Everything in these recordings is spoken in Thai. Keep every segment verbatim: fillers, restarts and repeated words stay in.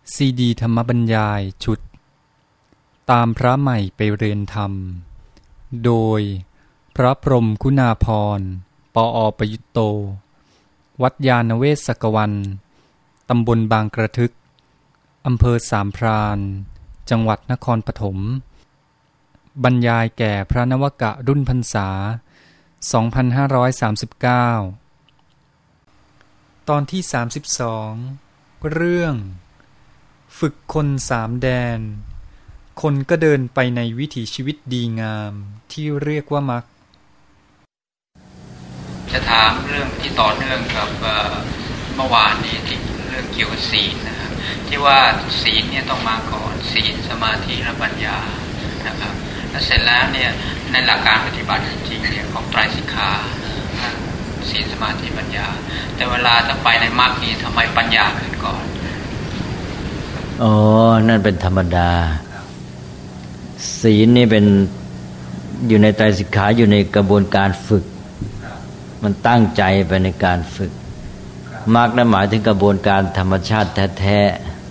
ซีดีธรรมบรรยายชุดตามพระใหม่ไปเรียนธรรมโดยพระพรหมคุณาภรณ์ ปอ.ประยุตโต วัดยานเวศกวันตำบลบางกระทึกอำเภอสามพรานจังหวัดนครปฐมบรรยายแก่พระนวกะรุ่นพรรษา สองพันห้าร้อยสามสิบเก้า ตอนที่สามสิบสองเรื่องฝึกคนสามแดนคนก็เดินไปในวิถีชีวิตดีงามที่เรียกว่ามรรคจะถามเรื่องที่ต่อเนื่องกับเมื่อวานนี้ที่เรื่องเกี่ยวกับศีลนะครับที่ว่าศีลเนี่ยต้องมาก่อนศีลสมาธิและปัญญานะครับแล้วเสร็จแล้วเนี่ยในหลักการปฏิบัติจริงๆเนี่ยของไตรสิกขาศีลสมาธิปัญญาแต่เวลาจะไปในมรรคนี่ทำไมปัญญาขึ้นก่อนอ๋อนั่นเป็นธรรมดาศีลนี่เป็นอยู่ในไตรสิกขาอยู่ในกระบวนการฝึกมันตั้งใจไปในการฝึกมรรคนั้นหมายถึงกระบวนการธรรมชาติแท้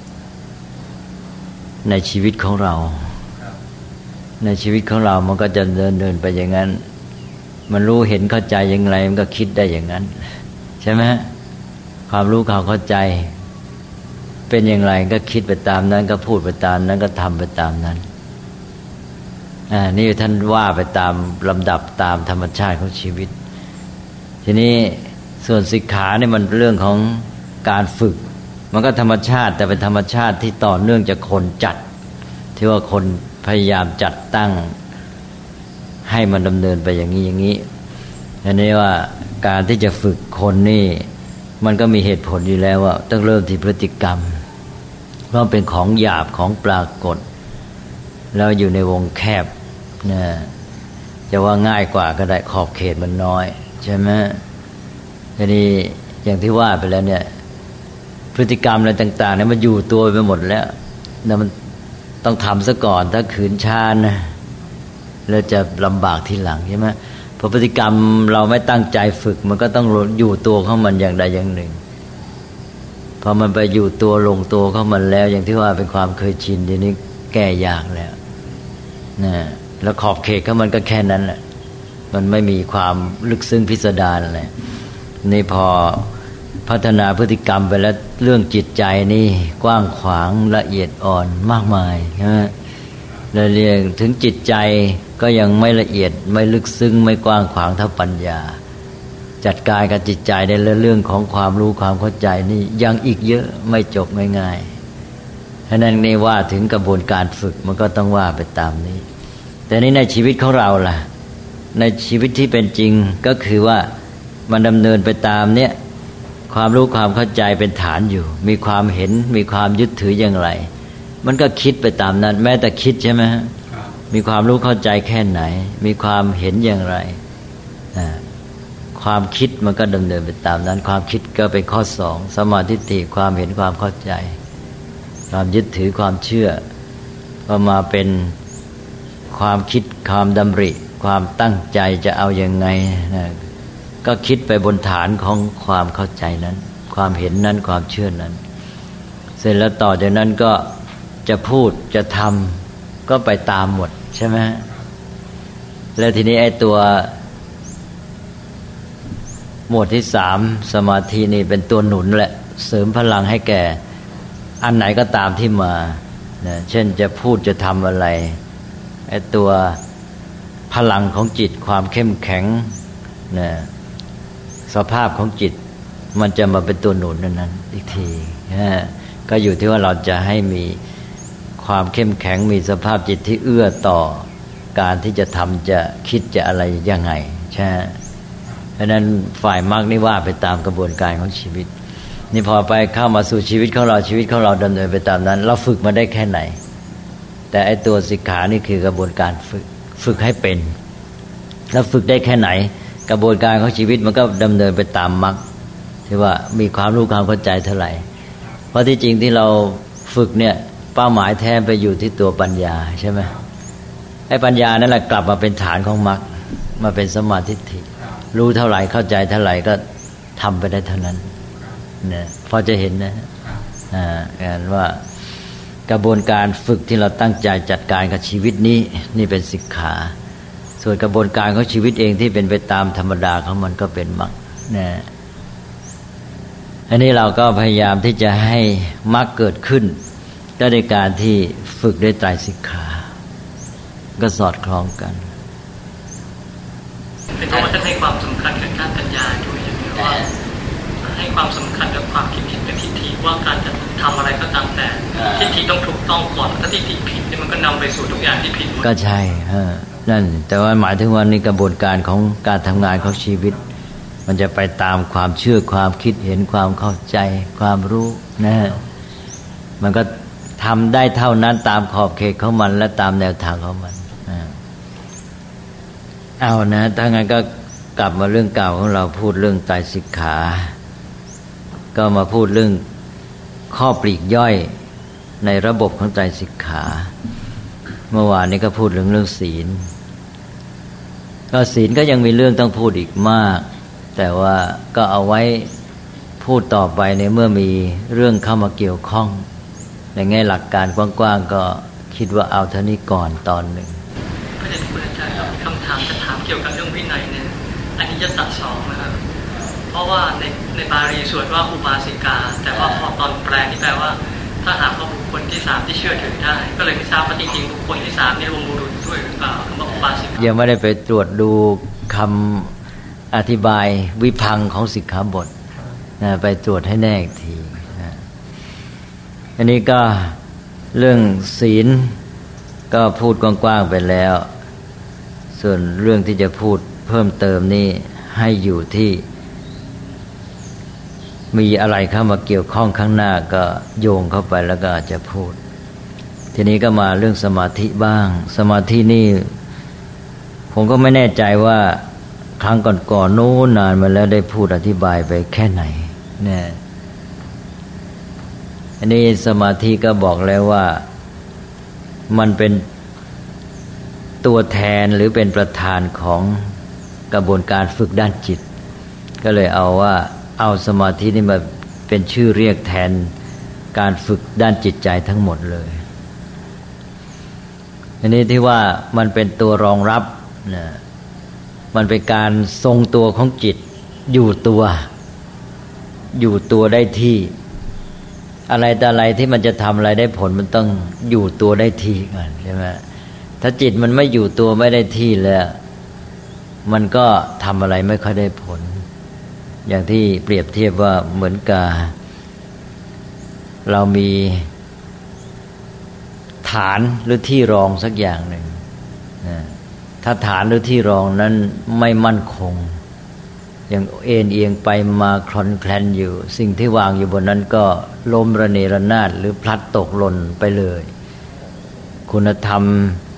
ๆในชีวิตของเราในชีวิตของเรามันก็จะเดินเดินไปอย่างนั้นมันรู้เห็นเข้าใจอย่างไรมันก็คิดได้อย่างนั้นใช่ไหมความรู้ความเข้าใจเป็นอย่างไรก็คิดไปตามนั้นก็พูดไปตามนั้นก็ทำไปตามนั้นอ่านี่ท่านว่าไปตามลำดับตามธรรมชาติของชีวิตทีนี้ส่วนสิกขาเนี่ยมันเรื่องของการฝึกมันก็ธรรมชาติแต่เป็นธรรมชาติที่ต่อเนื่องจากคนจัดที่ว่าคนพยายามจัดตั้งให้มันดำเนินไปอย่างนี้อย่างนี้อันนี้ว่าการที่จะฝึกคนนี่มันก็มีเหตุผลอยู่แล้วว่าต้องเริ่มที่พฤติกรรมเพราะเป็นของหยาบของปรากฏแล้วอยู่ในวงแคบนะจะว่าง่ายกว่าก็ได้ขอบเขตมันน้อยใช่ไหมทีนี้อย่างที่ว่าไปแล้วเนี่ยพฤติกรรมอะไรต่างๆเนี่ยมันอยู่ตัวไปหมดแล้วแล้วมันต้องทำซะก่อนถ้าขืนช้านะแล้วจะลำบากทีหลังใช่ไหมพอพฤติกรรมเราไม่ตั้งใจฝึกมันก็ต้องอยู่ตัวของมันอย่างใดอย่างหนึ่งพอมันไปอยู่ตัวลงตัวของมันแล้วอย่างที่ว่าเป็นความเคยชินทีนี้แก้ยากแล้วนะแล้วขอบเขตของมันก็แค่นั้นแหละมันไม่มีความลึกซึ้งพิสดารอะไรนี่พอพัฒนาพฤติกรรมไปแล้วเรื่องจิตใจนี่กว้างขวางละเอียดอ่อนมากมายใช่ไหมแล้วเรียงถึงจิตใจก็ยังไม่ละเอียดไม่ลึกซึ้งไม่กว้างขวางเท่าปัญญาจัดการกับจิตใจในเรื่องของความรู้ความเข้าใจนี่ยังอีกเยอะไม่จบง่ายๆฉะนั้นนี่ว่าถึงกระบวนการฝึกมันก็ต้องว่าไปตามนี้แต่นี่ในชีวิตของเราล่ะในชีวิตที่เป็นจริงก็คือว่ามันดำเนินไปตามเนี้ยความรู้ความเข้าใจเป็นฐานอยู่มีความเห็นมีความยึดถืออย่างไรมันก็คิดไปตามนั้นแม้แต่คิดใช่ไหมมีความรู้เข้าใจแค่ไหนมีความเห็นอย่างไรความคิดมันก็ดำเนินไปตามนั้นความคิดก็เป็นข้อสองสัมมาทิฏฐิความเห็นความเข้าใจความยึดถือความเชื่อก็มาเป็นความคิดความดำริความตั้งใจจะเอาอย่างไงนะก็คิดไปบนฐานของความเข้าใจนั้นความเห็นนั้นความเชื่อนั้นเสร็จแล้วต่อจากนั้นก็จะพูดจะทำก็ไปตามหมดใช่ไหมแล้วทีนี้ไอ้ตัวหมวดที่สามสมาธินี่เป็นตัวหนุนแหละเสริมพลังให้แก่อันไหนก็ตามที่มานะเช่นจะพูดจะทำอะไรไอ้ตัวพลังของจิตความเข้มแข็งนะสภาพของจิตมันจะมาเป็นตัวหนุนนั้นอีกทีนะก็อยู่ที่ว่าเราจะให้มีความเข้มแข็งมีสภาพจิตที่เอื้อต่อการที่จะทำจะคิดจะอะไรยังไงใช่เพราะนั้นฝ่ายมรรคนี่ว่าไปตามกระบวนการของชีวิตนี่พอไปเข้ามาสู่ชีวิตของเราชีวิตของเราดำเนินไปตามนั้นเราฝึกมาได้แค่ไหนแต่ไอ้ตัวสิกขานี่คือกระบวนการฝึกฝึกให้เป็นแล้วฝึกได้แค่ไหนกระบวนการของชีวิตมันก็ดำเนินไปตามมรรคที่ว่ามีความรู้ความเข้าใจเท่าไหร่เพราะที่จริงที่เราฝึกเนี่ยเป้าหมายแท้ไปอยู่ที่ตัวปัญญาใช่ไหมไอ้ปัญญานั่นแหละกลับมาเป็นฐานของมรรคมาเป็นสัมมาทิฏฐิรู้เท่าไหร่เข้าใจเท่าไหร่ก็ทำไปได้เท่านั้นเนี่ยพอจะเห็นนะอ่าการว่ากระบวนการฝึกที่เราตั้งใจจัดการกับชีวิตนี้นี่เป็นสิกขาส่วนกระบวนการของชีวิตเองที่เป็นไปตามธรรมดาของมันก็เป็นมรรคนะอันนี้เราก็พยายามที่จะให้มรรคเกิดขึ้นก็ในการที่ฝึกด้วยไตรสิกขาก็สอดคล้องกันเป็นเพราะว่าท่านให้ความสำคัญกับการปัญญาด้วยอย่างนี้ว่าให้ความสำคัญกับความคิดผิดเป็นทิฏฐิว่าการจะทำอะไรก็ตามแต่ทิฏฐิต้องถูกต้องก่อนถ้าทิฏฐิผิดนี่มันก็นำไปสู่ทุกอย่างที่ผิดก็ใช่ฮะนั่นแต่ว่าหมายถึงว่านี่กระบวนการของการทำงานของชีวิตมันจะไปตามความเชื่อความคิดเห็นความเข้าใจความรู้นะมันก็ทำได้เท่านั้นตามขอบเขตของมันและตามแนวทางของมันเอานะถ้างั้นก็กลับมาเรื่องเก่าของเราพูดเรื่องไตรสิกขาก็มาพูดเรื่องข้อปลีกย่อยในระบบของไตรสิกขาเมื่อวานนี้ก็พูดเรื่องเรื่องศีลก็ศีลก็ยังมีเรื่องต้องพูดอีกมากแต่ว่าก็เอาไว้พูดต่อไปในเมื่อมีเรื่องเข้ามาเกี่ยวข้องในแง่หลักการกว้างๆก็คิดว่าเอาเท่านี้ก่อนตอนหนึ่งพระเดชคุณอาจารย์ครับคำถามจะถามเกี่ยวกับเรื่องวินัยเนี่ยอันนี้จะตัดสองนะครับเพราะว่าในในบาลีสวดว่าอุบาสิกาแต่ว่าพอตอนแปลนี่แปลว่าถ้าหากว่าบุคคลที่สามที่เชื่อถือได้ก็เลยไม่ทราบว่าจริงๆบุคคลที่สามนี่รวมบุรุษด้วยหรือเปล่าคำว่าอุบาสิกายังไม่ได้ไปตรวจดูคำอธิบายวิพังค์ของสิกขาบทนะไปตรวจให้แน่อีกทีนะอันนี้ก็เรื่องศีลก็พูดกว้างๆไปแล้วส่วนเรื่องที่จะพูดเพิ่มเติมนี่ให้อยู่ที่มีอะไรเข้ามาเกี่ยวข้องข้างหน้าก็โยงเข้าไปแล้วก็อาจจะพูดทีนี้ก็มาเรื่องสมาธิบ้างสมาธินี่ผมก็ไม่แน่ใจว่าครั้งก่อนๆโน้นนานมาแล้วได้พูดอธิบายไปแค่ไหนเนี่ยอันนี้สมาธิก็บอกแล้วว่ามันเป็นตัวแทนหรือเป็นประธานของกระบวนการฝึกด้านจิตก็เลยเอาว่าเอาสมาธินี่มาเป็นชื่อเรียกแทนการฝึกด้านจิตใจทั้งหมดเลยอันนี้ที่ว่ามันเป็นตัวรองรับนะมันเป็นการทรงตัวของจิตอยู่ตัวอยู่ตัวได้ที่อะไรแต่อะไรที่มันจะทำอะไรได้ผลมันต้องอยู่ตัวได้ที่ก่อนใช่ไหมถ้าจิตมันไม่อยู่ตัวไม่ได้ที่แล้วมันก็ทำอะไรไม่ค่อยได้ผลอย่างที่เปรียบเทียบว่าเหมือนกับเรามีฐานหรือที่รองสักอย่างหนึ่งถ้าฐานหรือที่รองนั้นไม่มั่นคงอย่างเอ็นเอียงไปมาคลอนแคลนอยู่สิ่งที่วางอยู่บนนั้นก็ล้มระเนระนาดหรือพลัดตกหล่นไปเลยคุณธรรม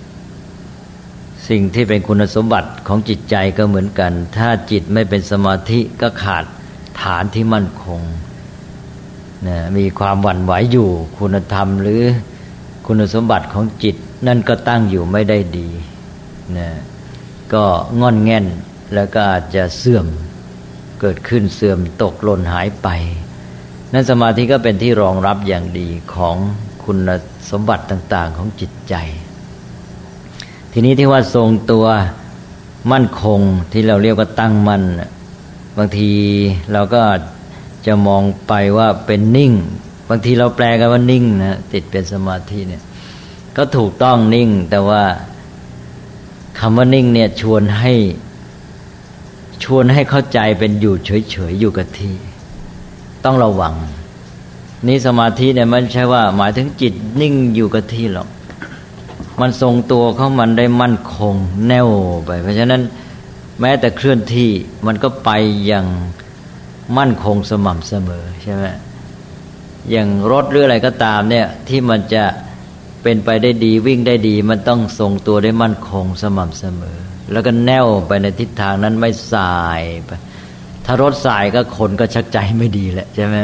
สิ่งที่เป็นคุณสมบัติของจิตใจก็เหมือนกันถ้าจิตไม่เป็นสมาธิก็ขาดฐานที่มั่นคงนะมีความหวั่นไหวอยู่คุณธรรมหรือคุณสมบัติของจิตนั่นก็ตั้งอยู่ไม่ได้ดีนะก็งอนแง่นแล้วก็อาจจะเสื่อมเกิดขึ้นเสื่อมตกหล่นหายไปนั่นสมาธิก็เป็นที่รองรับอย่างดีของคุณสมบัติต่างๆของจิตใจทีนี้ที่ว่าทรงตัวมั่นคงที่เราเรียกว่าตั้งมั่นบางทีเราก็จะมองไปว่าเป็นนิ่งบางทีเราแปลกันว่านิ่งนะติดเป็นสมาธิเนี่ยก็ถูกต้องนิ่งแต่ว่าคำว่านิ่งเนี่ยชวนให้ชวนให้เข้าใจเป็นอยู่เฉยๆอยู่กับที่ต้องระวังนี่สมาธิเนี่ยมันใช่ว่าหมายถึงจิตนิ่งอยู่กับที่หรอกมันทรงตัวของมันได้มั่นคงแน่วไปเพราะฉะนั้นแม้แต่เคลื่อนที่มันก็ไปอย่างมั่นคงสม่ำเสมอใช่ไหมอย่างรถหรืออะไรก็ตามเนี่ยที่มันจะเป็นไปได้ดีวิ่งได้ดีมันต้องทรงตัวได้มั่นคงสม่ำเสมอแล้วก็แน่วไปในทิศทางนั้นไม่สายไปถ้ารถสายก็คนก็ชักใจไม่ดีแหละใช่ไหม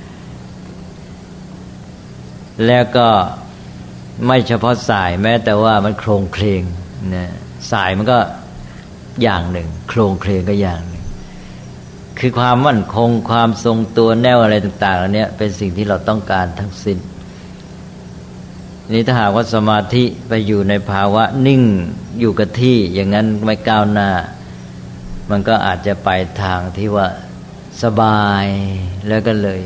แล้วก็ไม่เฉพาะสายแม้แต่ว่ามันโครงเคลงนะสายมันก็อย่างหนึ่งโครงเคลงก็อย่างหนึ่งคือความมั่นคงความทรงตัวแน่วอะไรต่างๆเหล่านี้เป็นสิ่งที่เราต้องการทั้งสิ้นนี่ถ้าหากว่าสมาธิไปอยู่ในภาวะนิ่งอยู่กับที่อย่างนั้นไม่ก้าวหน้ามันก็อาจจะไปทางที่ว่าสบายแล้วก็เลย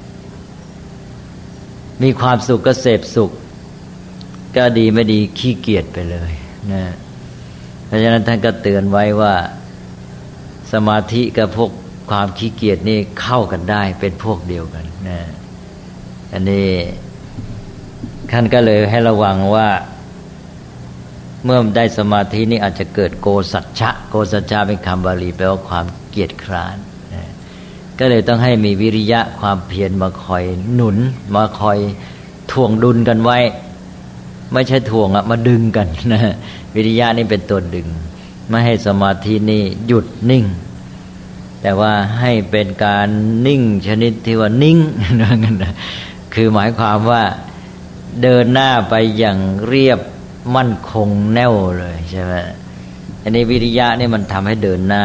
มีความสุขก็เสพสุขก็ดีไม่ดีขี้เกียจไปเลยนะเพราะฉะนั้นท่านก็เตือนไว้ว่าสมาธิกับพวกความขี้เกียจนี่เข้ากันได้เป็นพวกเดียวกันนะอันนี้ท่านก็เลยให้ระวังว่าเมื่อได้สมาธินี่อาจจะเกิดโกสัจฉะโกสัจฉะเป็นคำบาลีแปลว่าความเกียจคร้านนะก็เลยต้องให้มีวิริยะความเพียรมาคอยหนุนมาคอยถ่วงดุลกันไว้ไม่ใช่ถ่วงอะมาดึงกันนะวิริยะนี่เป็นตัวดึงไม่ให้สมาธินี่หยุดนิ่งแต่ว่าให้เป็นการนิ่งชนิดที่ว่านิ่งนะคือหมายความว่าเดินหน้าไปอย่างเรียบมั่นคงแน่วเลยใช่ไหมอันนี้วิริยะนี่มันทำให้เดินหน้า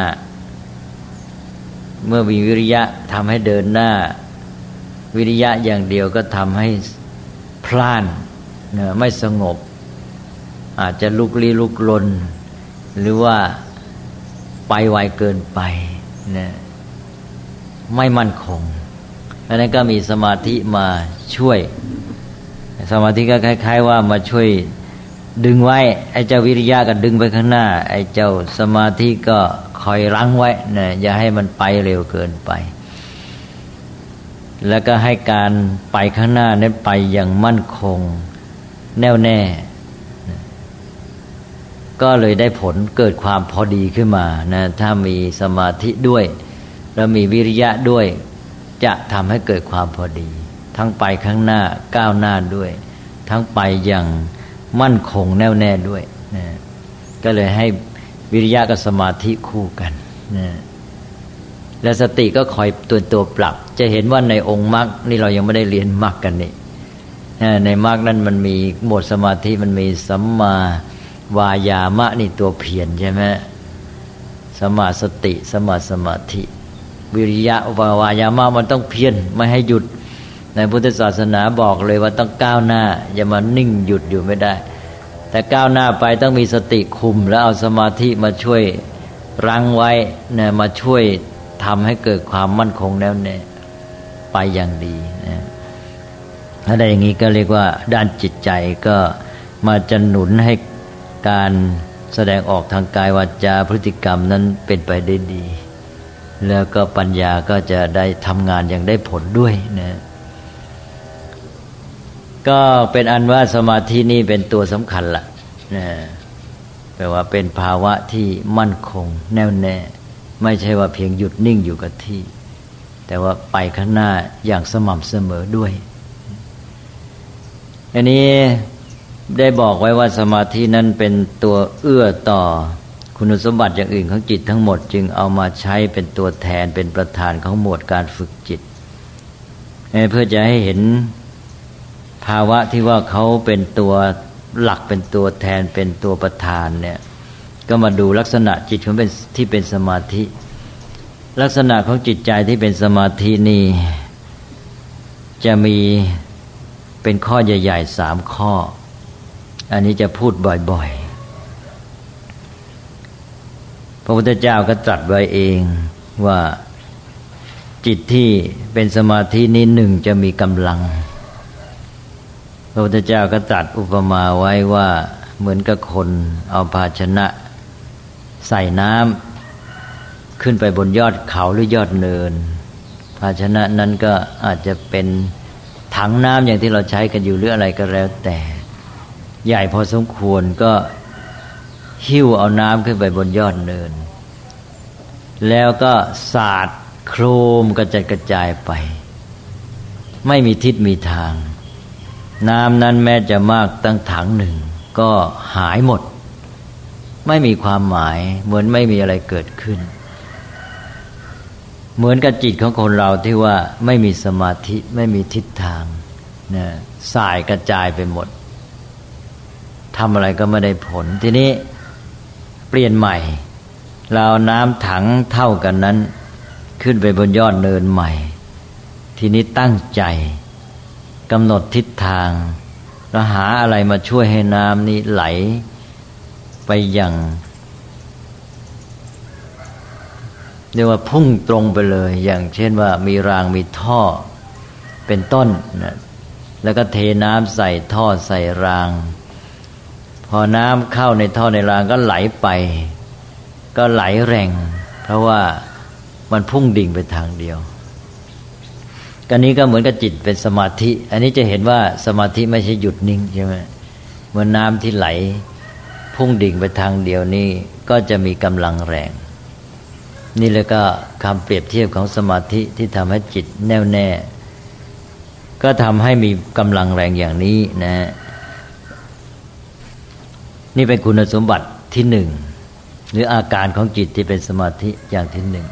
เมื่อมีวิริยะทำให้เดินหน้าวิริยะอย่างเดียวก็ทำให้พล่านนะไม่สงบอาจจะลุกลี้ลุกลนหรือว่าไปไวเกินไปนะไม่มั่นคงอันนั้นก็มีสมาธิมาช่วยสมาธิก็คล้ายๆว่ามาช่วยดึงไว้ไอ้เจ้าวิริยะก็ดึงไปข้างหน้าไอ้เจ้าสมาธิก็คอยรั้งไว้นะอย่าให้มันไปเร็วเกินไปแล้วก็ให้การไปข้างหน้านั้นไปอย่างมั่นคงแน่วแน่ก็เลยได้ผลเกิดความพอดีขึ้นมานะถ้ามีสมาธิด้วยแล้วมีวิริยะด้วยจะทำให้เกิดความพอดีทั้งไปข้างหน้าก้าวหน้าด้วยทั้งไปอย่างมั่นคงแน่วแน่ด้วยนะก็เลยให้วิริยะกับสมาธิคู่กันนะและสติก็คอยตัวตัวปรับจะเห็นว่าในองค์มรรคนี่เรายังไม่ได้เรียนมรรคกันนี่ในมรรคนั้นมันมีหมวดสมาธิมันมีสัมมาวายามะนี่ตัวเพียรใช่ไหมสัมมาสติสัมมาสมาธิวิริยะวายามะมันต้องเพียรไม่ให้หยุดในพุทธศาสนาบอกเลยว่าต้องก้าวหน้าอย่ามานิ่งหยุดอยู่ไม่ได้แต่ก้าวหน้าไปต้องมีสติคุมแล้วเอาสมาธิมาช่วยรั้งไว้นะมาช่วยทำให้เกิดความมั่นคงแน่วแน่ไปอย่างดีนะถ้าได้อย่างนี้ก็เรียกว่าด้านจิตใจก็มาจะหนุนให้การแสดงออกทางกายวาจาพฤติกรรมนั้นเป็นไปได้ดีแล้วก็ปัญญาก็จะได้ทำงานอย่างได้ผลด้วยนะก็เป็นอันว่าสมาธินี่เป็นตัวสำคัญละนะแปลว่าเป็นภาวะที่มั่นคงแน่วแน่ไม่ใช่ว่าเพียงหยุดนิ่งอยู่กับที่แต่ว่าไปข้างหน้าอย่างสม่ำเสมอด้วยอันนี้ได้บอกไว้ว่าสมาธินั้นเป็นตัวเอื้อต่อคุณสมบัติอย่างอื่นของจิตทั้งหมดจึงเอามาใช้เป็นตัวแทนเป็นประธานของหมวดการฝึกจิตเพื่อจะให้เห็นภาวะที่ว่าเขาเป็นตัวหลักเป็นตัวแทนเป็นตัวประธานเนี่ยก็มาดูลักษณะจิตของเป็นที่เป็นสมาธิลักษณะของจิตใจที่เป็นสมาธินี่จะมีเป็นข้อใหญ่ๆสามข้ออันนี้จะพูดบ่อยๆพระพุทธเจ้าก็ตรัสไว้เองว่าจิตที่เป็นสมาธินี้หนึ่งจะมีกำลังพระพุทธเจ้าก็ตรัสอุปมาไว้ว่าเหมือนกับคนเอาภาชนะใส่น้ำขึ้นไปบนยอดเขาหรือยอดเนินภาชนะนั้นก็อาจจะเป็นถังน้ำอย่างที่เราใช้กันอยู่หรืออะไรก็แล้วแต่ใหญ่พอสมควรก็หิ้วเอาน้ำขึ้นไปบนยอดเนินแล้วก็สาดโครมกระจัดกระจายไปไม่มีทิศมีทางน้ำนั้นแม้จะมากตั้งถังหนึ่งก็หายหมดไม่มีความหมายเหมือนไม่มีอะไรเกิดขึ้นเหมือนกับจิตของคนเราที่ว่าไม่มีสมาธิไม่มีทิศทางนะสายกระจายไปหมดทำอะไรก็ไม่ได้ผลทีนี้เปลี่ยนใหม่เราเอาน้ำถังเท่ากันนั้นขึ้นไปบนยอดเนินใหม่ทีนี้ตั้งใจกำหนดทิศทางเราหาอะไรมาช่วยให้น้ำนี้ไหลไปอย่างเรียกว่าพุ่งตรงไปเลยอย่างเช่นว่ามีรางมีท่อเป็นต้นนะแล้วก็เทน้ำใส่ท่อใส่รางพอน้ำเข้าในท่อในรางก็ไหลไปก็ไหลแรงเพราะว่ามันพุ่งดิ่งไปทางเดียวกันนี้ก็เหมือนกับจิตเป็นสมาธิอันนี้จะเห็นว่าสมาธิไม่ใช่หยุดนิ่งใช่ไหมเหมือนน้ำที่ไหลพุ่งดิ่งไปทางเดียวนี่ก็จะมีกำลังแรงนี่เลยก็คำเปรียบเทียบของสมาธิที่ทำให้จิตแน่วแน่ก็ทำให้มีกำลังแรงอย่างนี้นะนี่เป็นคุณสมบัติที่หนึ่งหรืออาการของจิตที่เป็นสมาธิอย่างที่หนึ่ง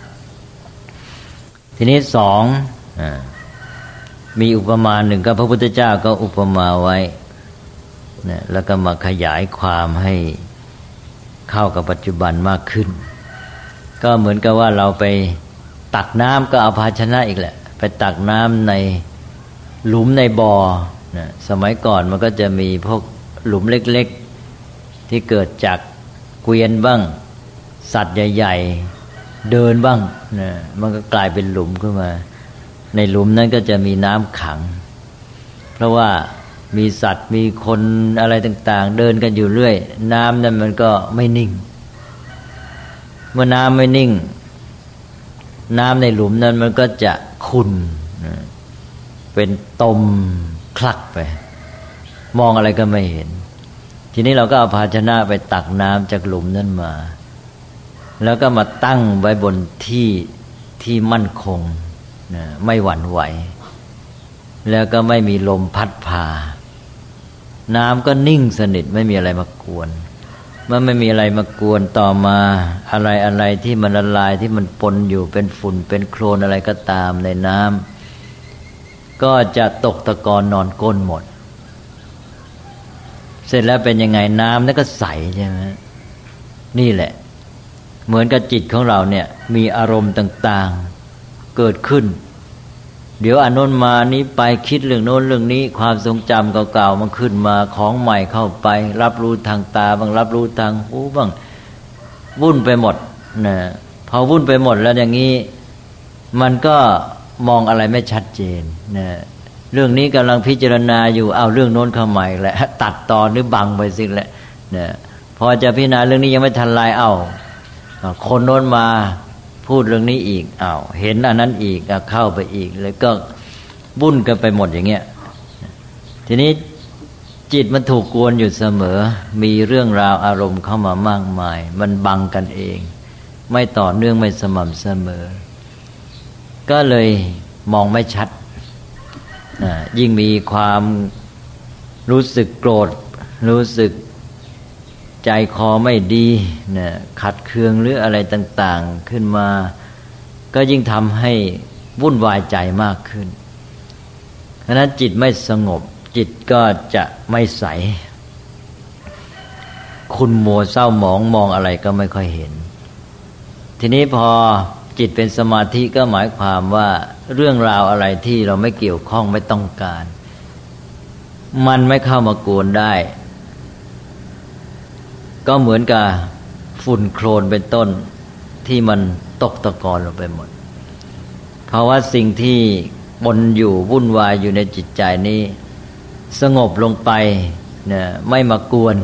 ทีนี้สองมีอุปมาหนึ่งก็พระพุทธเจ้าก็อุปมาไว้นะแล้วก็มาขยายความให้เข้ากับปัจจุบันมากขึ้นก็เหมือนกับว่าเราไปตักน้ำก็เอาภาชนะอีกแหละไปตักน้ำในหลุมในบ่อนะสมัยก่อนมันก็จะมีพวกหลุมเล็กๆที่เกิดจากเกวียนบ้างสัตว์ใหญ่ๆเดินบ้างนะมันก็กลายเป็นหลุมขึ้นมาในหลุมนั้นก็จะมีน้ำขังเพราะว่ามีสัตว์มีคนอะไรต่างๆเดินกันอยู่เรื่อยน้ำนั้นมันก็ไม่นิ่งเมื่อน้ำไม่นิ่งน้ำในหลุมนั้นมันก็จะขุ่นเป็นตมคลักไปมองอะไรก็ไม่เห็นทีนี้เราก็เอาภาชนะไปตักน้ำจากหลุมนั้นมาแล้วก็มาตั้งไว้บนที่ที่มั่นคงนะไม่หวั่นไหวแล้วก็ไม่มีลมพัดพาน้ำก็นิ่งสนิทไม่มีอะไรมากวนเมื่อไม่มีอะไรมากวนต่อมาอะไรอะไรที่มันละลายที่มันปนอยู่เป็นฝุ่นเป็นโคลนอะไรก็ตามในน้ำก็จะตกตะกอนนอนก้นหมดเสร็จแล้วเป็นยังไงน้ำนั่นก็ใสใช่ไหมนี่แหละเหมือนกับจิตของเราเนี่ยมีอารมณ์ต่างๆเกิดขึ้นเดี๋ยวอันโน้นมานี้ไปคิดเรื่องโน้นเรื่องนี้ความทรงจำเก่าๆมันขึ้นมาของใหม่เข้าไปรับรู้ทางตาบ้างรับรู้ทางหูบ้างวุ่นไปหมดนะพอวุ่นไปหมดแล้วอย่างนี้มันก็มองอะไรไม่ชัดเจนนะเรื่องนี้กำลังพิจารณาอยู่เอาเรื่องโน้นเข้าใหม่แหละตัดตอนหรือบังไปสิแหละนะพอจะพิจารณาเรื่องนี้ยังไม่ทันไรเอาคนโน้นมาพูดเรื่องนี้อีกอ้าวเห็นอันนั้นอีกเข้าไปอีกแล้วก็วุ่นกันไปหมดอย่างเงี้ยทีนี้จิตมันถูกกวนอยู่เสมอมีเรื่องราวอารมณ์เข้ามามากมายมันบังกันเองไม่ต่อเนื่องไม่สม่ำเสมอก็เลยมองไม่ชัดยิ่งมีความรู้สึกโกรธรู้สึกใจคอไม่ดีนะขัดเคืองหรืออะไรต่างๆขึ้นมาก็ยิ่งทำให้วุ่นวายใจมากขึ้นเพราะนั้นจิตไม่สงบจิตก็จะไม่ใสขุ่นมัวเศร้าหมองมองอะไรก็ไม่ค่อยเห็นทีนี้พอจิตเป็นสมาธิก็หมายความว่าเรื่องราวอะไรที่เราไม่เกี่ยวข้องไม่ต้องการมันไม่เข้ามากวนได้ก็เหมือนกับฝุ่นโคลนเป็นต้นที่มันตกตะกอนลงไปหมดเพราะว่าสิ่งที่บนอยู่วุ่นวายอยู่ในจิตใจนี้สงบลงไปเนี่ยไม่มากวน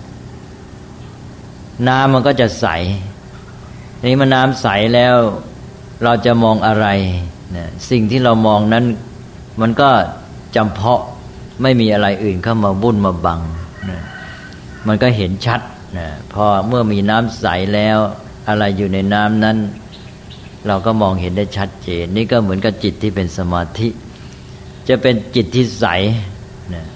น้ำมันก็จะใสนี่มันน้ำใสแล้วเราจะมองอะไรเนี่ยสิ่งที่เรามองนั้นมันก็จำเพาะไม่มีอะไรอื่นเข้ามาวุ่นมาบังเนี่ยมันก็เห็นชัดนะพอเมื่อมีน้ำใสแล้วอะไรอยู่ในน้ำนั้นเราก็มองเห็นได้ชัดเจนนี่ก็เหมือนกับจิตที่เป็นสมาธิจะเป็นจิตที่ใสนะ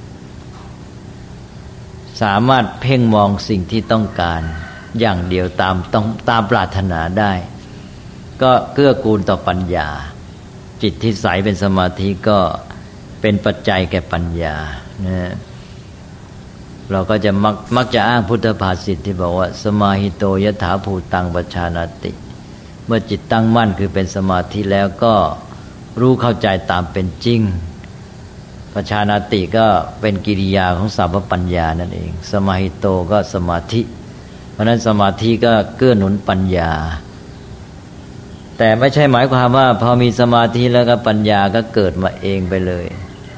สามารถเพ่งมองสิ่งที่ต้องการอย่างเดียวตามต้องตามปรารถนาได้ก็เกื้อกูลต่อปัญญาจิตที่ใสเป็นสมาธิก็เป็นปัจจัยแก่ปัญญานะเราก็จะมักมักจะอ้างพุทธภาษิตที่บอกว่าสมาหิโตยถาภูตังปัจฉานาติเมื่อจิตตั้งมั่นคือเป็นสมาธิแล้วก็รู้เข้าใจตามเป็นจริงปัจฉานาติก็เป็นกิริยาของสัพพปัญญานั่นเองสมาหิโตก็สมาธิเพราะนั้นสมาธิก็เกื้อหนุนปัญญาแต่ไม่ใช่หมายความว่าพอมีสมาธิแล้วก็ปัญญาก็เกิดมาเองไปเลย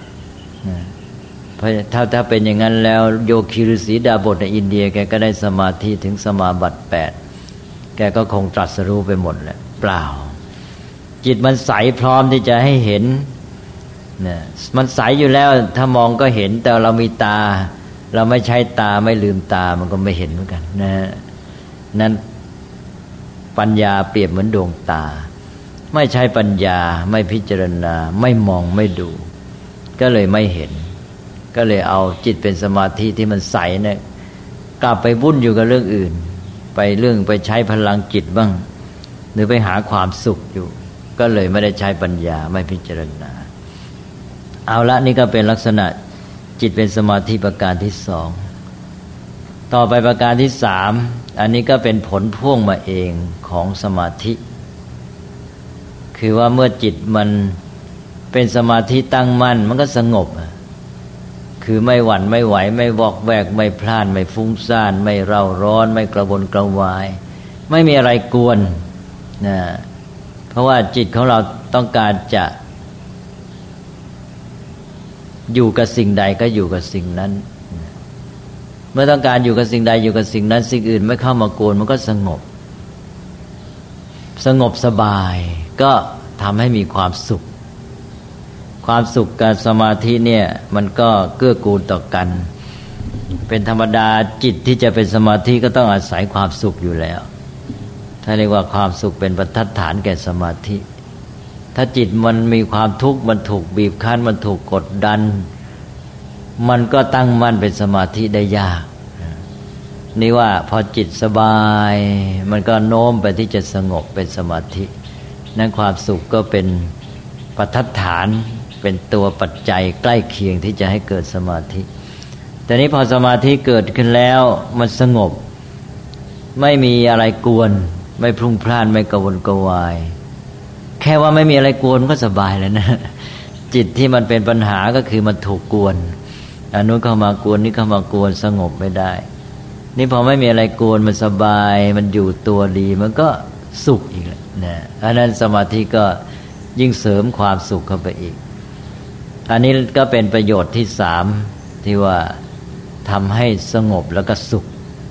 เพราะถ้าถ้าเป็นอย่างนั้นแล้วโยคีฤาษีดาบทในอินเดียแกก็ได้สมาธิถึงสมาบัติแปดแกก็คงตรัสรู้ไปหมดแหละเปล่าจิตมันใสพร้อมที่จะให้เห็นเนี่ยมันใสอยู่แล้วถ้ามองก็เห็นแต่เรามีตาเราไม่ใช้ตาไม่ลืมตามันก็ไม่เห็นเหมือนกันนะนั้นปัญญาเปรียบเหมือนดวงตาไม่ใช้ปัญญาไม่พิจารณาไม่มองไม่ดูก็เลยไม่เห็นก็เลยเอาจิตเป็นสมาธิที่มันใสเนี่ยกลับไปวุ่นอยู่กับเรื่องอื่นไปเรื่องไปใช้พลังจิตบ้างหรือไปหาความสุขอยู่ก็เลยไม่ได้ใช้ปัญญาไม่พิจารณาเอาละนี่ก็เป็นลักษณะจิตเป็นสมาธิประการที่สองต่อไปประการที่สามอันนี้ก็เป็นผลพ่วงมาเองของสมาธิคือว่าเมื่อจิตมันเป็นสมาธิตั้งมั่นมันก็สงบคือไม่หวั่นไม่ไหวไม่วอกแวกไม่พล่านไม่ฟุ้งซ่านไม่เร่าร้อนไม่กระวนกระวายไม่มีอะไรกวนนะเพราะว่าจิตของเราต้องการจะอยู่กับสิ่งใดก็อยู่กับสิ่งนั้นเมื่อต้องการอยู่กับสิ่งใดอยู่กับสิ่งนั้นสิ่งอื่นไม่เข้ามากวนมันก็สงบสงบสบายก็ทำให้มีความสุขความสุขกับสมาธิเนี่ยมันก็เกื้อกูลต่อกันเป็นธรรมดาจิตที่จะเป็นสมาธิก็ต้องอาศัยความสุขอยู่แล้วถ้าเรียกว่าความสุขเป็นบรรทัดฐานแก่สมาธิถ้าจิตมันมีความทุกข์มันถูกบีบคั้นมันถูกกดดันมันก็ตั้งมั่นเป็นสมาธิได้ยากนี่ว่าพอจิตสบายมันก็โน้มไปที่จะสงบเป็นสมาธินั้นความสุขก็เป็นบรรทัดฐานเป็นตัวปัจจัยใกล้เคียงที่จะให้เกิดสมาธิแต่นี้พอสมาธิเกิดขึ้นแล้วมันสงบไม่มีอะไรกวนไม่พลุ่งพล่านไม่กระวนกระวายแค่ว่าไม่มีอะไรกวนก็สบายแล้วนะจิตที่มันเป็นปัญหาก็คือมันถูกกวนอันนู้นเข้ามากวนนี่เข้ามากวนสงบไม่ได้นี่พอไม่มีอะไรกวนมันสบายมันอยู่ตัวดีมันก็สุขอีกแล้วนะอันนั้นสมาธิก็ยิ่งเสริมความสุขเข้าไปอีกอันนี้ก็เป็นประโยชน์ที่สามที่ว่าทำให้สงบแล้วก็สุข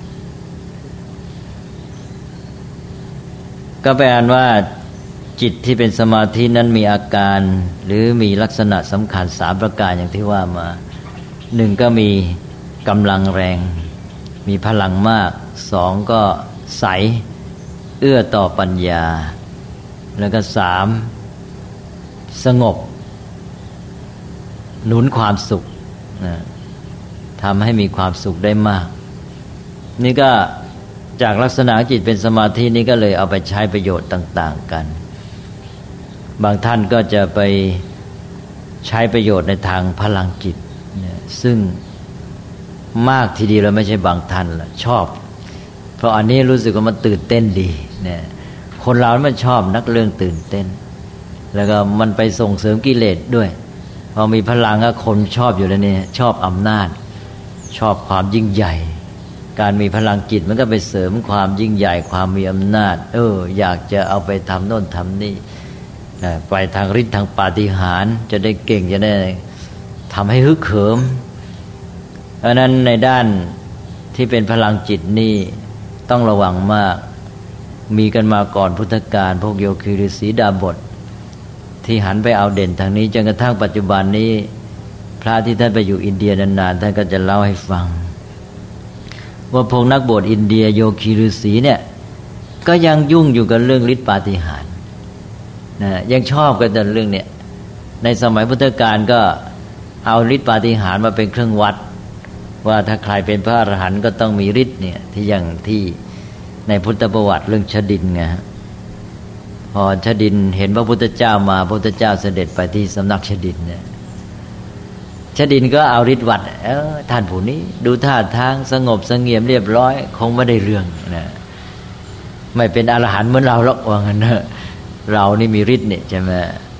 ก็แปลว่าจิตที่เป็นสมาธินั้นมีอาการหรือมีลักษณะสำคัญสามประการอย่างที่ว่ามาหนึ่งก็มีกำลังแรงมีพลังมากสองก็ใสเอื้อต่อปัญญาแล้วก็สามสงบหนุนความสุขนะทำให้มีความสุขได้มากนี่ก็จากลักษณะจิตเป็นสมาธินี้ก็เลยเอาไปใช้ประโยชน์ต่างๆกันบางท่านก็จะไปใช้ประโยชน์ในทางพลังจิตนะซึ่งมากทีเดียวแล้วไม่ใช่บางท่านละชอบเพราะอันนี้รู้สึกว่ามันตื่นเต้นดีเนี่ยคนเรามันชอบนักเรื่องตื่นเต้นแล้วก็มันไปส่งเสริมกิเลสด้วยพอมีพลังก็คนชอบอยู่แล้วเนี่ยชอบอำนาจชอบความยิ่งใหญ่การมีพลังจิตมันก็ไปเสริมความยิ่งใหญ่ความมีอำนาจเอออยากจะเอาไปทำโน่นทำนี่ไปทางฤทธิ์ทางปาฏิหาริย์จะได้เก่งจะได้ทำให้ฮึกเหิมเพราะนั้นในด้านที่เป็นพลังจิตนี่ต้องระวังมากมีกันมาก่อนพุทธกาลพวกโยคีฤาษีดาบทที่หันไปเอาเด่นทางนี้จนกระทั่งปัจจุบันนี้พระที่ท่านไปอยู่อินเดียนานๆท่านก็จะเล่าให้ฟังว่าพวกนักบวชอินเดียโยคีฤาษีเนี่ยก็ยังยุ่งอยู่กับเรื่องฤทธิปาฏิหาริย์นะยังชอบกันแต่เรื่องเนี้ยในสมัยพุทธกาลก็เอาฤทธิปาฏิหาริย์มาเป็นเครื่องวัดว่าถ้าใครเป็นพระอรหันต์ก็ต้องมีฤทธิ์เนี่ยที่อย่างที่ในพุทธประวัติเรื่องชดินไงพอชดินเห็นพระพุทธเจ้ามาพระพุทธเจ้าเสด็จไปที่สำนักชดินเนี่ยชดินก็เอาฤทธิ์วัดเออท่านผู้นี้ดูท่าทางสงบเสงี่ยมเรียบร้อยคงไม่ได้เรื่องนะไม่เป็นอรหันต์เหมือนเราหรอกว่างั้นนะเรานี่มีฤทธิ์เนี่ยใช่ไหม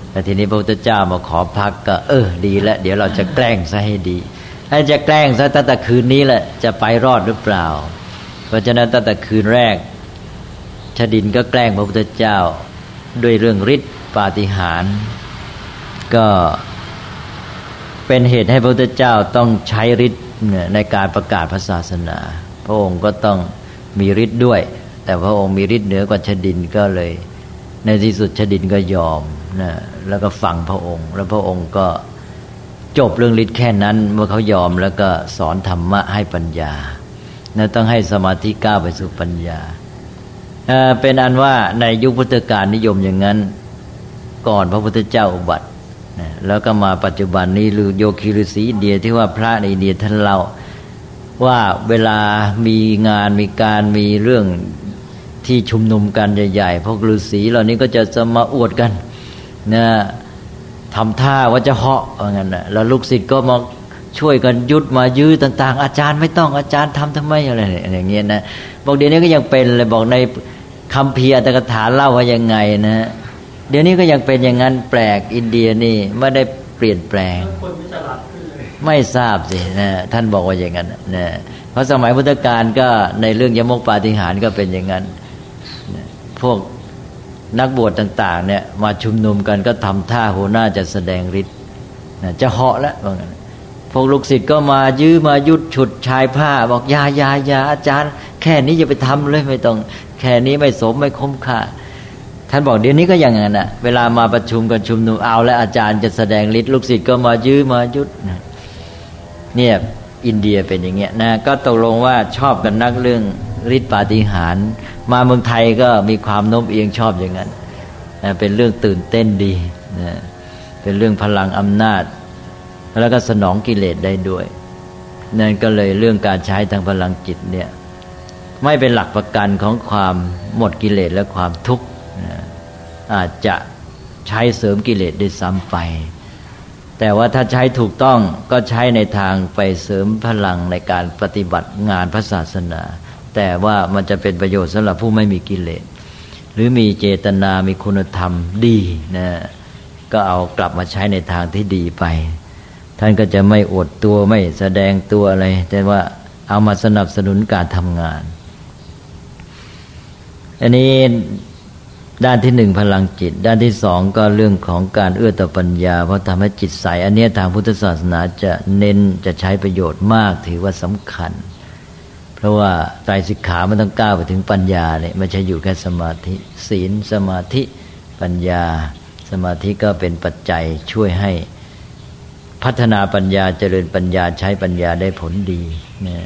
แต่ทีนี้พระพุทธเจ้ามาขอพักก็เออดีแล้วเดี๋ยวเราจะแกล้งซะให้ดีถ้าจะแกล้งซะตั้งแต่คืนนี้แหละจะไปรอดหรือเปล่าเพราะฉะนั้นตั้งแต่คืนแรกชดินก็แกล้งพระพุทธเจ้าด้วยเรื่องฤทธิ์ปาฏิหาริย์ก็เป็นเหตุให้พระพุทธเจ้าต้องใช้ฤทธิ์ในการประกาศพระศาสนาพระองค์ก็ต้องมีฤทธิ์ด้วยแต่พระองค์มีฤทธิ์เหนือกว่าชดินก็เลยในที่สุดชดินก็ยอมนะแล้วก็ฟังพระองค์แล้วพระองค์ก็จบเรื่องฤทธิ์แค่นั้นเมื่อเขายอมแล้วก็สอนธรรมะให้ปัญญานะต้องให้สมาธิก้าวไปสู่ปัญญาเป็นอันว่าในยุคพุทธกาลนิยมอย่างนั้นก่อนพระพุทธเจ้าอุบัติแล้วก็มาปัจจุบันนี้หรือโยคีฤาษีอินเดียที่ว่าพระในอินเดียท่านเล่าว่าเวลามีงานมีการมีเรื่องที่ชุมนุมกันใหญ่ๆพวกฤาษีเหล่านี้ก็จะจะมาอวดกันนะทำท่าว่าจะเหาะว่างั้นนะแล้วลูกศิษย์ก็มาช่วยกันยุดมายื้อต่างๆอาจารย์ไม่ต้องอาจารย์ทำทำไมอะไรอย่างเงี้ยนะบอกเดี๋ยวนี้ก็ยังเป็นเลยบอกในคัมภีร์อัตถกถาเล่าว่ายังไงนะเดี๋ยวนี้ก็ยังเป็นอย่างนั้นแปลกอินเดียนี่ไม่ได้เปลี่ยนแปลงไม่ทราบสินะท่านบอกว่าอย่างนั้นนะเพราะสมัยพุทธกาลก็ในเรื่องยมกปาฏิหาริย์ก็เป็นอย่างนั้นพวกนักบวชต่างๆเนี่ยมาชุมนุมกันก็ทำท่าหัวหน้าจะแสดงฤทธิ์นะจะเหาะแล้วว่างั้นพวกลูกศิษย์ก็มายื้อมายุดฉุดชายผ้าบอกอย่าอย่าอย่าอาจารย์แค่นี้อย่าไปทำเลยไม่ต้องแค่นี้ไม่สมไม่คุ้มค่าท่านบอกเดี๋ยวนี้ก็อย่างนั้นน่ะเวลามาประชุมกันชุมนุมเอาแล้วอาจารย์จะแสดงฤทธิ์ลูกศิษย์ก็มายื้อมายุดเนี่ยอินเดียเป็นอย่างเงี้ยนะก็ตกลงว่าชอบกันนักเรื่องฤทธิ์ปาฏิหาริย์มาเมืองไทยก็มีความโน้มเอียงชอบอย่างนั้นนะเป็นเรื่องตื่นเต้นดีนะเป็นเรื่องพลังอำนาจแล้วก็สนองกิเลสได้ด้วยนั่นก็เลยเรื่องการใช้ทางพลังจิตเนี่ยไม่เป็นหลักประกันของความหมดกิเลสและความทุกข์อาจจะใช้เสริมกิเลสได้ซ้ำไปแต่ว่าถ้าใช้ถูกต้องก็ใช้ในทางไปเสริมพลังในการปฏิบัติงานพระศาสนาแต่ว่ามันจะเป็นประโยชน์สำหรับผู้ไม่มีกิเลสหรือมีเจตนามีคุณธรรมดีนะก็เอากลับมาใช้ในทางที่ดีไปท่านก็จะไม่อวดตัวไม่แสดงตัวอะไรแต่ว่าเอามาสนับสนุนการทำงานอันนี้ด้านที่หนึ่งพลังจิตด้านที่สองก็เรื่องของการเอื้อต่อปัญญาเพราะทำให้จิตใสอันนี้ทางพุทธศาสนาจะเน้นจะใช้ประโยชน์มากถือว่าสำคัญเพราะว่าไตรสิกขามันต้องก้าวไปถึงปัญญาเนี่ยไม่ใช่อยู่แค่สมาธิศีลสมาธิปัญญาสมาธิก็เป็นปัจจัยช่วยให้พัฒนาปัญญาเจริญปัญญาใช้ปัญญาได้ผลดีนะ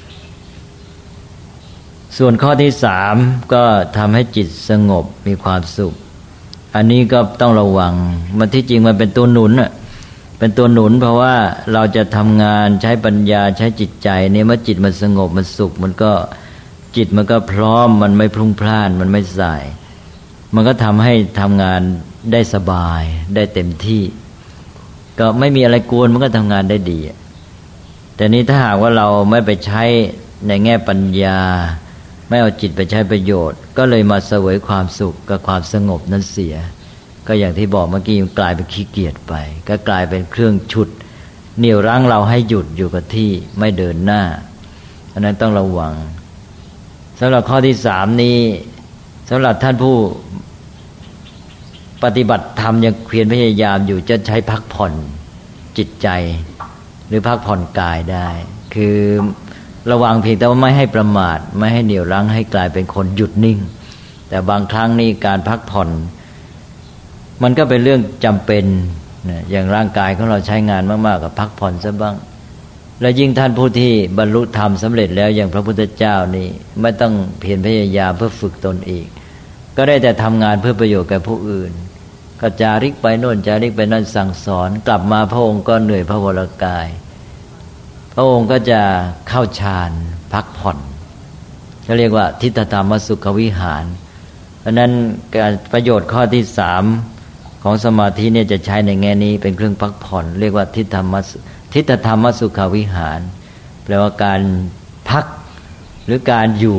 ส่วนข้อที่สามก็ทำให้จิตสงบมีความสุขอันนี้ก็ต้องระวังมันที่จริงมันเป็นตัวหนุนอ่ะเป็นตัวหนุนเพราะว่าเราจะทำงานใช้ปัญญาใช้จิตใจเนี่ยเมื่อจิตมันสงบมันสุขมันก็จิตมันก็พร้อมมันไม่พลุ่งพล่านมันไม่สายมันก็ทำให้ทำงานได้สบายได้เต็มที่ก็ไม่มีอะไรกวนมันก็ทำงานได้ดีแต่นี้ถ้าหากว่าเราไม่ไปใช้ในแง่ปัญญาไม่เอาจิตไปใช้ประโยชน์ก็เลยมาเสวยความสุขกับความสงบนั้นเสียก็อย่างที่บอกเมื่อกี้มันกลายเป็นขี้เกียจไปก็กลายเป็นเครื่องฉุดเหนี่ยวรั้งเราให้หยุดอยู่กับที่ไม่เดินหน้าเพราะนั้นต้องระวังสำหรับข้อที่สามนี้สำหรับท่านผู้ปฏิบัติธรรมยังเพียรพยายามอยู่จะใช้พักผ่อนจิตใจหรือพักผ่อนกายได้คือระวังเพียงแต่ว่าไม่ให้ประมาทไม่ให้เหนี่ยวรั้งให้กลายเป็นคนหยุดนิ่งแต่บางครั้งนี่การพักผ่อนมันก็เป็นเรื่องจำเป็นนะอย่างร่างกายของเราใช้งานมากๆกับพักผ่อนซะบ้างและยิ่งท่านผู้ที่บรรลุธรรมสำเร็จแล้วอย่างพระพุทธเจ้านี่ไม่ต้องเพียรพยายามเพื่อฝึกตนอีกก็ได้แต่ทำงานเพื่อประโยชน์แก่ผู้อื่นก็จาริกไปโน่นจาริกไปนั่นสั่งสอนกลับมาพระองค์ก็เหนื่อยพระวรกายพระองค์ก็จะเข้าฌานพักผ่อนเขาเรียกว่าทิฏฐธรรมสุขวิหารเพราะนั้นการประโยชน์ข้อที่สามของสมาธิเนี่ยจะใช้ในแง่นี้เป็นเครื่องพักผ่อนเรียกว่าทิฏฐธรรมทิฏฐธรรมสุขวิหารแปลว่าการพักหรือการอยู่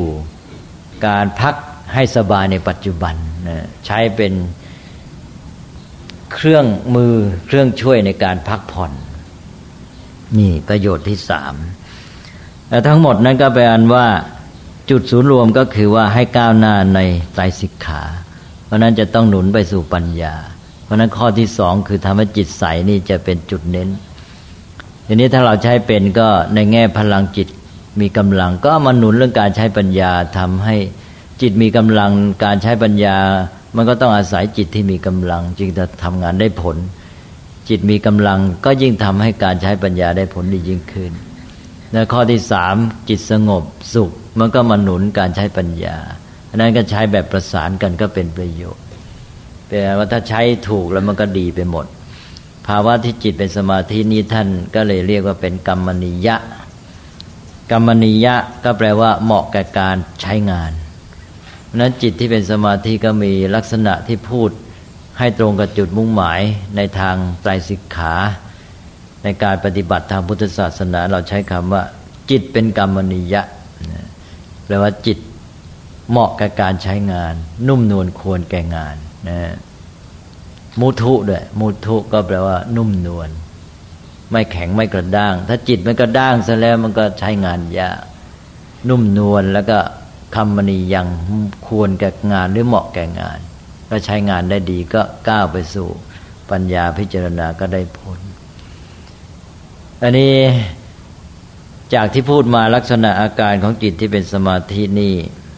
การพักให้สบายในปัจจุบันนะใช้เป็นเครื่องมือเครื่องช่วยในการพักผ่อนนี่ประโยชน์ที่สามแต่ทั้งหมดนั้นก็แปลว่าจุดศูนย์รวมก็คือว่าให้ก้าวหน้าในไตรสิกขาเพราะนั้นจะต้องหนุนไปสู่ปัญญาเพราะนั้นข้อที่สองคือทำให้จิตใสนี่จะเป็นจุดเน้นทีนี้ถ้าเราใช้เป็นก็ในแง่พลังจิตมีกำลังก็มาหนุนเรื่องการใช้ปัญญาทำให้จิตมีกำลังการใช้ปัญญามันก็ต้องอาศัยจิตที่มีกำลังจึงจะทำงานได้ผลจิตมีกำลังก็ยิ่งทำให้การใช้ปัญญาได้ผลดียิ่งขึ้นในข้อที่สามจิตสงบสุขมันก็มาหนุนการใช้ปัญญาอันนั้นก็ใช้แบบประสานกันก็เป็นประโยชน์แปลว่าถ้าใช้ถูกแล้วมันก็ดีไปหมดภาวะที่จิตเป็นสมาธินี้ท่านก็เลยเรียกว่าเป็นกัมมณียะกัมมณียะก็แปลว่าเหมาะแก่การใช้งานนั้นจิตที่เป็นสมาธิก็มีลักษณะที่พูดให้ตรงกับจุดมุ่งหมายในทางไตรสิกขาในการปฏิบัติทางพุทธศาสนาเราใช้คำว่าจิตเป็นกัมมณียะแปลว่าจิตเหมาะกับการใช้งานนุ่มนวลควรแก่งานนะมุทุด้วยมุทุก็แปลว่านุ่มนวลไม่แข็งไม่กระด้างถ้าจิตมันกระด้างซะแล้วมันก็ใช้งานยากนุ่มนวลแล้วก็คัมมณียังควรแก่งานหรือเหมาะแก่งานก็ใช้งานได้ดีก็ก้าวไปสู่ปัญญาพิจารณาก็ได้ผลอันนี้จากที่พูดมาลักษณะอาการของจิตที่เป็นสมาธินี่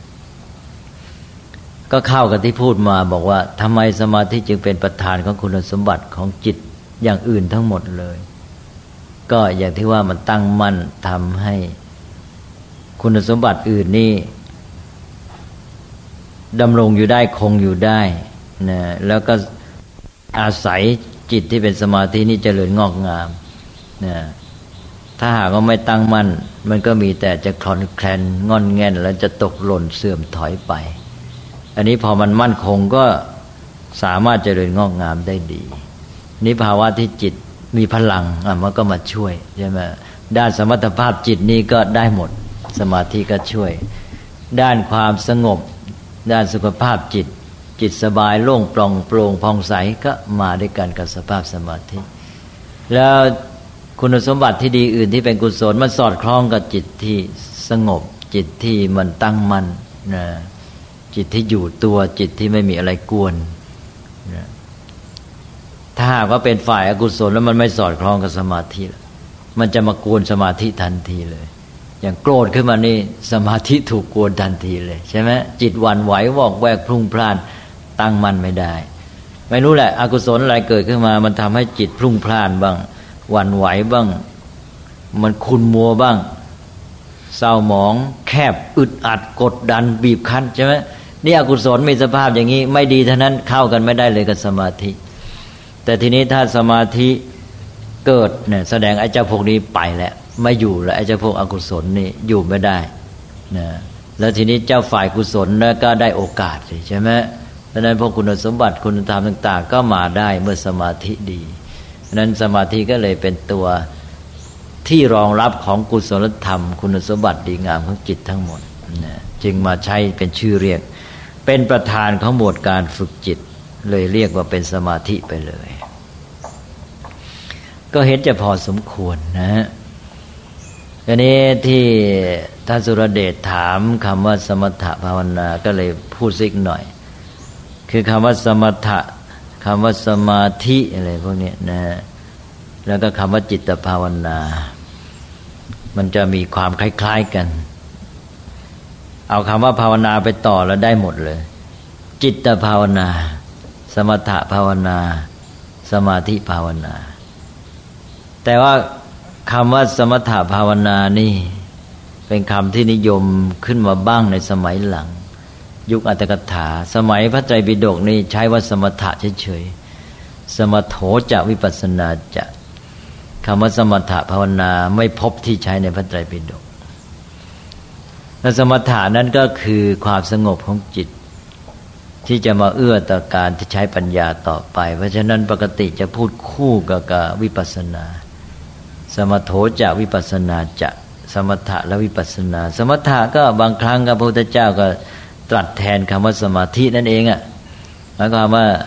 ก็เข้ากับที่พูดมาบอกว่าทำไมสมาธิจึงเป็นประธานของคุณสมบัติของจิตอย่างอื่นทั้งหมดเลยก็อย่างที่ว่ามันตั้งมั่นทำให้คุณสมบัติอื่นนี่ดำรงอยู่ได้คงอยู่ได้นะแล้วก็อาศัยจิตที่เป็นสมาธินี่เจริญงอกงามนะถ้าหากว่าไม่ตั้งมั่นมันก็มีแต่จะคลอนแคลนงอนแง่นแล้วจะตกหล่นเสื่อมถอยไปอันนี้พอมันมั่นคงก็สามารถเจริญงอกงามได้ดีนี่ภาวะที่จิตมีพลังอ่ะมันก็มาช่วยใช่ไหมด้านสมรรถภาพจิตนี่ก็ได้หมดสมาธิก็ช่วยด้านความสงบด้านสุขภาพจิตจิตสบายโล่งปล่องโปร่งผ่องใสก็มาด้วยกันกับสภาพสมาธิแล้วคุณสมบัติที่ดีอื่นที่เป็นกุศลมันสอดคล้องกับจิตที่สงบจิตที่มันตั้งมั่นนะจิตที่อยู่ตัวจิตที่ไม่มีอะไรกวนนะถ้าหากว่าเป็นฝ่ายอกุศลแล้วมันไม่สอดคล้องกับสมาธิมันจะมากวนสมาธิทันทีเลยอย่างโกรธขึ้นมานี่สมาธิถูกกวนทันทีเลยใช่ไหมจิตหวั่นไหววอกแวกพลุ่งพล่านตั้งมั่นไม่ได้ไม่รู้แหละอกุศลอะไรเกิดขึ้นมามันทำให้จิตพลุ่งพล่านบ้างหวั่นไหวบ้างมันขุ่นมัวบ้างเศร้าหมองแคบอึดอัดกดดันบีบคั้นใช่ไหมนี่อกุศลมีสภาพอย่างนี้ไม่ดีเท่านั้นเข้ากันไม่ได้เลยกับสมาธิแต่ทีนี้ถ้าสมาธิเกิดเนี่ยแสดงไอ้เจ้าพวกนี้ไปแล้วไม่อยู่แล้วไอ้เจ้าพวกอกุศลนี่อยู่ไม่ได้นะแล้วทีนี้เจ้าฝ่ายกุศลนะก็ได้โอกาสใช่ไหมเพราะนั้นพวกคุณสมบัติคุณธรรมต่างๆก็มาได้เมื่อสมาธิดีเพราะนั้นสมาธิก็เลยเป็นตัวที่รองรับของกุศลธรรมคุณสมบัติดีงามของจิตทั้งหมดนะจึงมาใช้เป็นชื่อเรียกเป็นประธานของหมวดการฝึกจิตเลยเรียกว่าเป็นสมาธิไปเลยก็เห็นจะพอสมควรนะฮะอันนี้ที่ท่านสุรเดชถามคำว่าสมถภาวนาก็เลยพูดซิกหน่อยคือคำว่าสมถะคำว่าสมาธิอะไรพวกนี้นะแล้วก็คำว่าจิตภาวนามันจะมีความคล้ายๆกันเอาคำว่าภาวนาไปต่อแล้วได้หมดเลยจิตภาวนาสมถภาวนาสมาธิภาวนาแต่ว่าคำว่าสมถภาวนานี่เป็นคำที่นิยมขึ้นมาบ้างในสมัยหลังยุคอัตถกถาสมัยพระไตรปิฎกนี่ใช้ว่าสมถะเฉยๆสมโถจะวิปัสสนาจะคำว่าสมถภาวนาไม่พบที่ใช้ในพระไตรปิฎกและสมถะนั้นก็คือความสงบของจิตที่จะมาเอื้อต่อการที่ใช้ปัญญาต่อไปเพราะฉะนั้นปกติจะพูดคู่กับวิปัสสนาสมโถจะวิปัสสนาจะสมถะและวิปัสสนาสมถะก็บางครั้งพระพุทธเจ้าก็ตรัสแทนคำว่าสมาธินั่นเองอ่ะหมายความว่า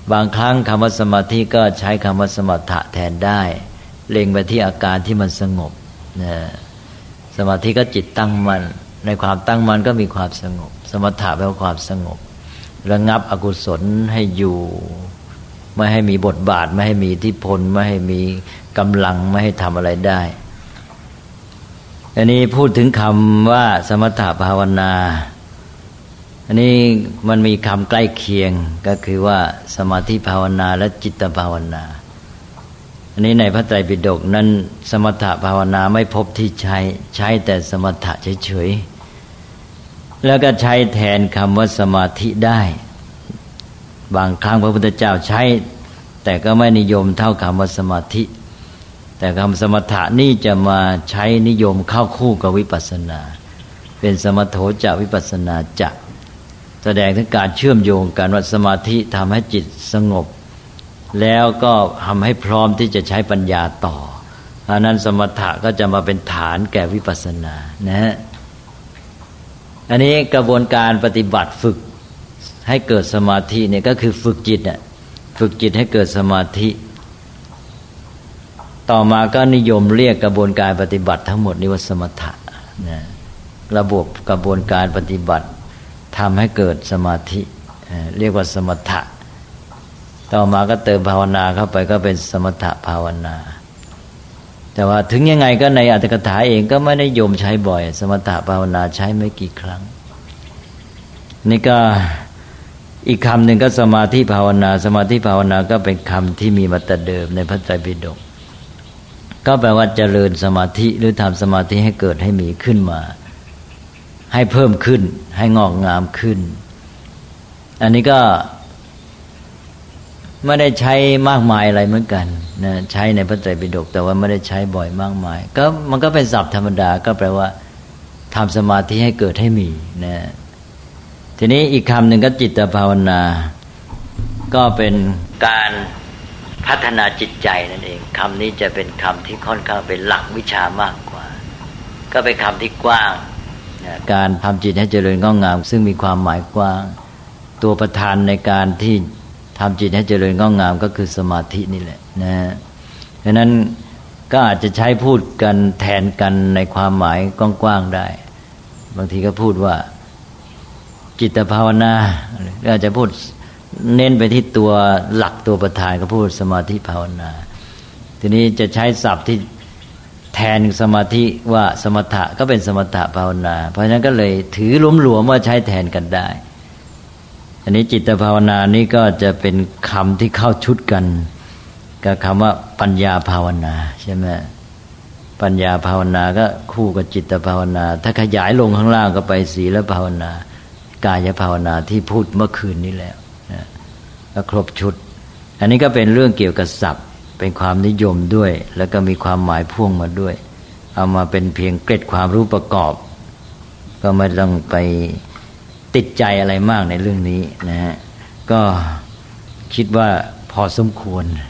บางครั้งคำว่าสมาธิก็ใช้คำว่าสมถะแทนได้เล็งไปที่อาการที่มันสงบนะสมาธิก็จิตตั้งมั่นในความตั้งมั่นก็มีความสงบสมถะแปลว่าความสงบระงับอกุศลให้อยู่ไม่ให้มีบทบาทไม่ให้มีอิทธิพลไม่ให้มีกำลังไม่ให้ทำอะไรได้อันนี้พูดถึงคำว่าสมถะภาวนาอันนี้มันมีคำใกล้เคียงก็คือว่าสมาธิภาวนาและจิตภาวนาอันนี้ในพระไตรปิฎกนั้นสมถะภาวนาไม่พบที่ใช้ใช้แต่สมถะเฉยๆแล้วก็ใช้แทนคำว่าสมาธิได้บางครั้งพระพุทธเจ้าใช้แต่ก็ไม่นิยมเท่าคำว่าสมาธิแต่คำสมถะนี่จะมาใช้นิยมเข้าคู่กับวิปัสสนาเป็นสมโถจะวิปัสสนาจะแสดงถึงการเชื่อมโยงกันว่าสมาธิทำให้จิตสงบแล้วก็ทำให้พร้อมที่จะใช้ปัญญาต่อเพราะนั้นสมถะก็จะมาเป็นฐานแก่วิปัสสนานะฮะอันนี้กระบวนการปฏิบัติฝึกให้เกิดสมาธิเนี่ยก็คือฝึกจิตน่ะฝึกจิตให้เกิดสมาธิต่อมาก็นิยมเรียกกระบวนการปฏิบัติทั้งหมดนี้ว่าสมถะนะระบบกระบวนการปฏิบัติทำให้เกิดสมาธิเรียกว่าสมถะต่อมาก็เติมภาวนาเข้าไปก็เป็นสมถะภาวนาแต่ว่าถึงยังไงก็ในอรรถกถาเองก็ไม่ได้นิยมใช้บ่อยสมถะภาวนาใช้ไม่กี่ครั้งนี่ก็อีกคำหนึ่งก็สมาธิภาวนาสมาธิภาวนาก็เป็นคำที่มีมาแต่เดิมในพระไตรปิฎกก็แปลว่าเจริญสมาธิหรือทำสมาธิให้เกิดให้มีขึ้นมาให้เพิ่มขึ้นให้งอกงามขึ้นอันนี้ก็ไม่ได้ใช้มากมายอะไรเหมือนกันนะใช้ในพระไตรปิฎกแต่ว่าไม่ได้ใช้บ่อยมากมายก็มันก็เป็นศัพท์ธรรมดาก็แปลว่าทำสมาธิให้เกิดให้มีนะทีนี้อีกคำหนึ่งก็จิตภาวนาก็เป็นการพัฒนาจิตใจนั่นเองคำนี้จะเป็นคำที่ค่อนข้างเป็นหลักวิชามากกว่าก็เป็นคำที่กว้างการทำจิตให้เจริญงอกงามซึ่งมีความหมายกว้างตัวประธานในการที่ทำจิตให้เจริญงอกงามก็คือสมาธินี่แหละนะเพราะนั้นก็อาจจะใช้พูดกันแทนกันในความหมายกว้างๆได้บางทีก็พูดว่าจิตภาวนาหรืออาจจะพูดเน้นไปที่ตัวหลักตัวประธานก็พูดสมาธิภาวนาทีนี้จะใช้ศัพท์ที่แทนสมาธิว่าสมถะก็เป็นสมถะภาวนาเพราะฉะนั้นก็เลยถือหลวมๆว่าใช้แทนกันได้อันนี้จิตภาวนานี่ก็จะเป็นคำที่เข้าชุดกันกับคำว่าปัญญาภาวนาใช่ไหมปัญญาภาวนาก็คู่กับจิตภาวนาถ้าขยายลงข้างล่างก็ไปศีลภาวนากายภาวนาที่พูดเมื่อคืนนี้แล้วนะก็ครบชุดอันนี้ก็เป็นเรื่องเกี่ยวกับศัพท์เป็นความนิยมด้วยแล้วก็มีความหมายพ่วงมาด้วยเอามาเป็นเพียงเกร็ดความรู้ประกอบก็ไม่ต้องไปติดใจอะไรมากในเรื่องนี้นะฮะก็คิดว่าพอสมควร